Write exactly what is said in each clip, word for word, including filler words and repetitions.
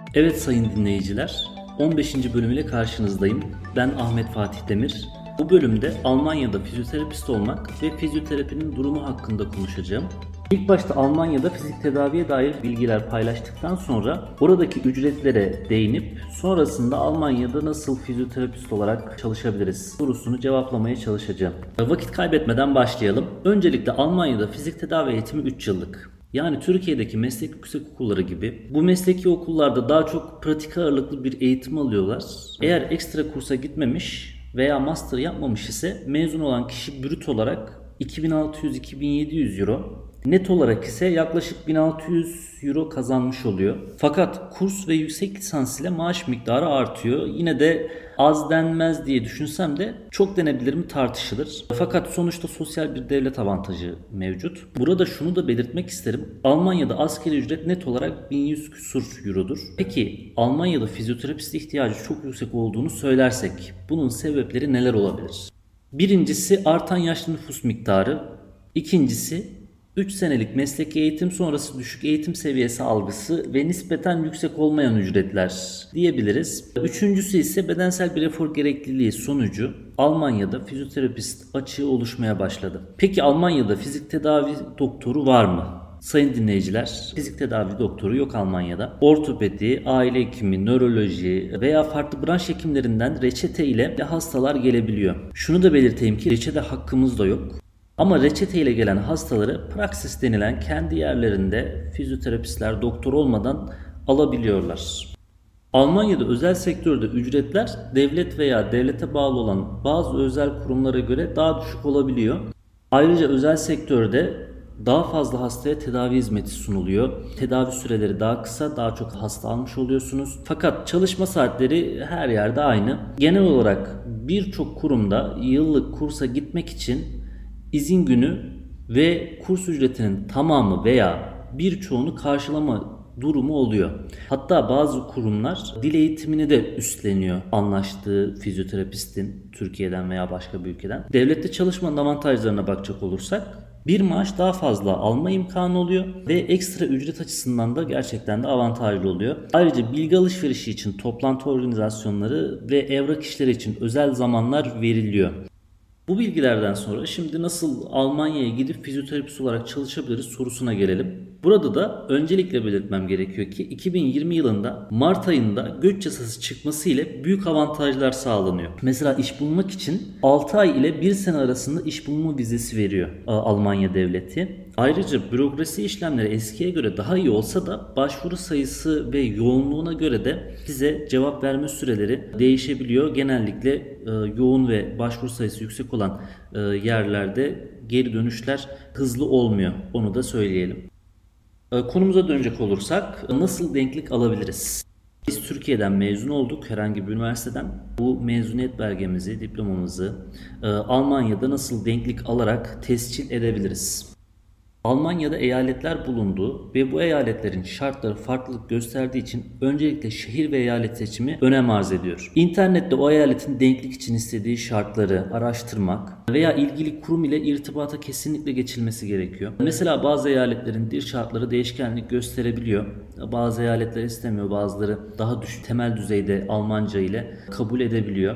Evet sayın dinleyiciler, on beşinci bölümüyle karşınızdayım. Ben Ahmet Fatih Demir. Bu bölümde Almanya'da fizyoterapist olmak ve fizyoterapinin durumu hakkında konuşacağım. İlk başta Almanya'da fizik tedaviye dair bilgiler paylaştıktan sonra oradaki ücretlere değinip sonrasında Almanya'da nasıl fizyoterapist olarak çalışabiliriz sorusunu cevaplamaya çalışacağım. Vakit kaybetmeden başlayalım. Öncelikle Almanya'da fizik tedavi eğitimi üç yıllık. Yani Türkiye'deki meslek yüksek okulları gibi bu mesleki okullarda daha çok pratik ağırlıklı bir eğitim alıyorlar. Eğer ekstra kursa gitmemiş veya master yapmamış ise mezun olan kişi brüt olarak iki bin altı yüz iki bin yedi yüz euro, net olarak ise yaklaşık bin altı yüz euro kazanmış oluyor. Fakat kurs ve yüksek lisans ile maaş miktarı artıyor. Yine de az denmez diye düşünsem de çok denebilir mi tartışılır. Fakat sonuçta sosyal bir devlet avantajı mevcut. Burada şunu da belirtmek isterim. Almanya'da asgari ücret net olarak bin yüz küsur eurodur. Peki Almanya'da fizyoterapist ihtiyacı çok yüksek olduğunu söylersek bunun sebepleri neler olabilir? Birincisi artan yaşlı nüfus miktarı. İkincisi üç senelik mesleki eğitim sonrası düşük eğitim seviyesi algısı ve nispeten yüksek olmayan ücretler diyebiliriz. Üçüncüsü ise bedensel bir efor gerekliliği sonucu Almanya'da fizyoterapist açığı oluşmaya başladı. Peki Almanya'da fizik tedavi doktoru var mı? Sayın dinleyiciler, fizik tedavi doktoru yok Almanya'da. Ortopedi, aile hekimi, nöroloji veya farklı branş hekimlerinden reçete ile hastalar gelebiliyor. Şunu da belirteyim ki reçete hakkımız da yok. Ama reçete ile gelen hastaları praksis denilen kendi yerlerinde fizyoterapistler doktor olmadan alabiliyorlar. Almanya'da özel sektörde ücretler devlet veya devlete bağlı olan bazı özel kurumlara göre daha düşük olabiliyor. Ayrıca özel sektörde daha fazla hastaya tedavi hizmeti sunuluyor. Tedavi süreleri daha kısa, daha çok hasta almış oluyorsunuz. Fakat çalışma saatleri her yerde aynı. Genel olarak birçok kurumda yıllık kursa gitmek için izin günü ve kurs ücretinin tamamı veya birçoğunu karşılama durumu oluyor. Hatta bazı kurumlar dil eğitimini de üstleniyor anlaştığı fizyoterapistin Türkiye'den veya başka bir ülkeden. Devlette çalışmanın avantajlarına bakacak olursak bir maaş daha fazla alma imkanı oluyor ve ekstra ücret açısından da gerçekten de avantajlı oluyor. Ayrıca bilgi alışverişi için toplantı organizasyonları ve evrak işleri için özel zamanlar veriliyor. Bu bilgilerden sonra şimdi nasıl Almanya'ya gidip fizyoterapist olarak çalışabiliriz sorusuna gelelim. Burada da öncelikle belirtmem gerekiyor ki iki bin yirmi yılında Mart ayında göç yasası çıkması ile büyük avantajlar sağlanıyor. Mesela iş bulmak için altı ay ile bir sene arasında iş bulma vizesi veriyor Almanya devleti. Ayrıca bürokrasi işlemleri eskiye göre daha iyi olsa da başvuru sayısı ve yoğunluğuna göre de size cevap verme süreleri değişebiliyor. Genellikle e, yoğun ve başvuru sayısı yüksek olan e, yerlerde geri dönüşler hızlı olmuyor. Onu da söyleyelim. E, konumuza dönecek olursak nasıl denklik alabiliriz? Biz Türkiye'den mezun olduk herhangi bir üniversiteden. Bu mezuniyet belgemizi, diplomamızı e, Almanya'da nasıl denklik alarak tescil edebiliriz? Almanya'da eyaletler bulunduğu ve bu eyaletlerin şartları farklılık gösterdiği için öncelikle şehir ve eyalet seçimi önem arz ediyor. İnternette o eyaletin denklik için istediği şartları araştırmak veya ilgili kurum ile irtibata kesinlikle geçilmesi gerekiyor. Mesela bazı eyaletlerin dil şartları değişkenlik gösterebiliyor. Bazı eyaletler istemiyor, bazıları daha düşük temel düzeyde Almanca ile kabul edebiliyor.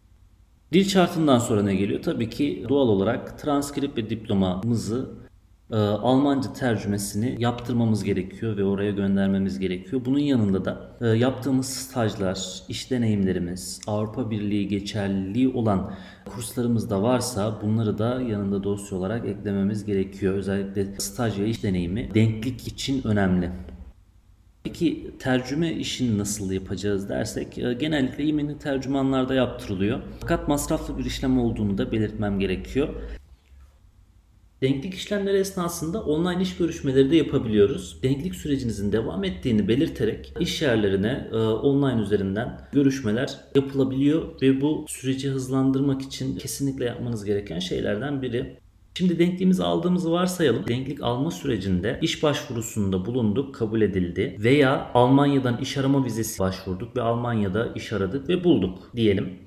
Dil şartından sonra ne geliyor? Tabii ki doğal olarak transkript ve diplomamızı Almanca tercümesini yaptırmamız gerekiyor ve oraya göndermemiz gerekiyor. Bunun yanında da yaptığımız stajlar, iş deneyimlerimiz, Avrupa Birliği geçerliliği olan kurslarımız da varsa bunları da yanında dosya olarak eklememiz gerekiyor. Özellikle staj ve iş deneyimi denklik için önemli. Peki tercüme işini nasıl yapacağız dersek genellikle yeminli tercümanlarda yaptırılıyor. Fakat masraflı bir işlem olduğunu da belirtmem gerekiyor. Denklik işlemleri esnasında online iş görüşmeleri de yapabiliyoruz. Denklik sürecinizin devam ettiğini belirterek iş yerlerine e, online üzerinden görüşmeler yapılabiliyor ve bu süreci hızlandırmak için kesinlikle yapmanız gereken şeylerden biri. Şimdi denkliğimizi aldığımızı varsayalım. Denklik alma sürecinde iş başvurusunda bulunduk, kabul edildi veya Almanya'dan iş arama vizesi başvurduk ve Almanya'da iş aradık ve bulduk diyelim.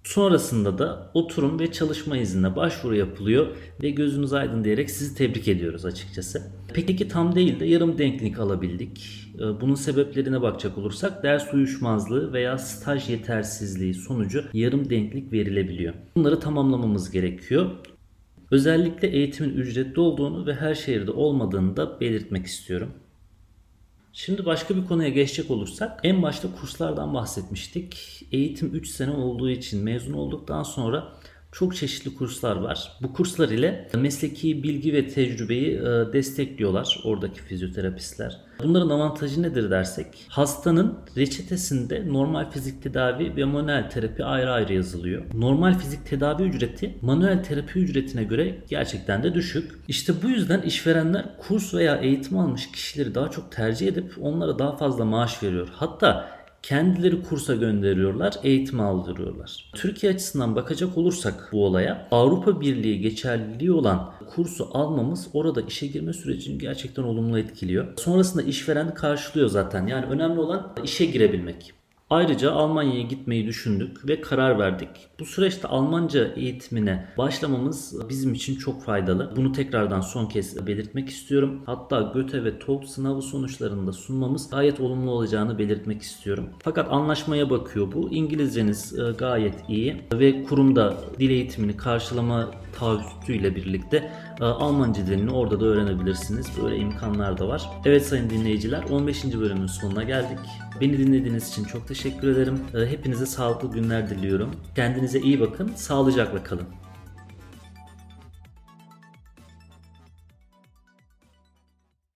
Sonrasında da oturum ve çalışma iznine başvuru yapılıyor ve gözünüz aydın diyerek sizi tebrik ediyoruz açıkçası. Peki tam değil de yarım denklik alabildik. Bunun sebeplerine bakacak olursak ders uyuşmazlığı veya staj yetersizliği sonucu yarım denklik verilebiliyor. Bunları tamamlamamız gerekiyor. Özellikle eğitimin ücretli olduğunu ve her şehirde olmadığını da belirtmek istiyorum. Şimdi başka bir konuya geçecek olursak en başta kurslardan bahsetmiştik. Eğitim üç sene olduğu için mezun olduktan sonra çok çeşitli kurslar var. Bu kurslar ile mesleki bilgi ve tecrübeyi destekliyorlar oradaki fizyoterapistler. Bunların avantajı nedir dersek, hastanın reçetesinde normal fizik tedavi ve manuel terapi ayrı ayrı yazılıyor. Normal fizik tedavi ücreti manuel terapi ücretine göre gerçekten de düşük. İşte bu yüzden işverenler kurs veya eğitim almış kişileri daha çok tercih edip onlara daha fazla maaş veriyor. Hatta kendileri kursa gönderiyorlar, eğitim aldırıyorlar. Türkiye açısından bakacak olursak bu olaya, Avrupa Birliği geçerliliği olan kursu almamız orada işe girme sürecini gerçekten olumlu etkiliyor. Sonrasında işveren karşılıyor zaten. Yani önemli olan işe girebilmek. Ayrıca Almanya'ya gitmeyi düşündük ve karar verdik. Bu süreçte Almanca eğitimine başlamamız bizim için çok faydalı. Bunu tekrardan son kez belirtmek istiyorum. Hatta Göte ve TOEFL sınavı sonuçlarında sunmamız gayet olumlu olacağını belirtmek istiyorum. Fakat anlaşmaya bakıyor bu. İngilizceniz gayet iyi ve kurumda dil eğitimini karşılama taahhütüyle birlikte Almanca dilini orada da öğrenebilirsiniz. Böyle imkanlar da var. Evet sayın dinleyiciler, on beşinci bölümün sonuna geldik. Beni dinlediğiniz için çok teşekkür ederim. Hepinize sağlıklı günler diliyorum. Kendinize iyi bakın, sağlıcakla kalın.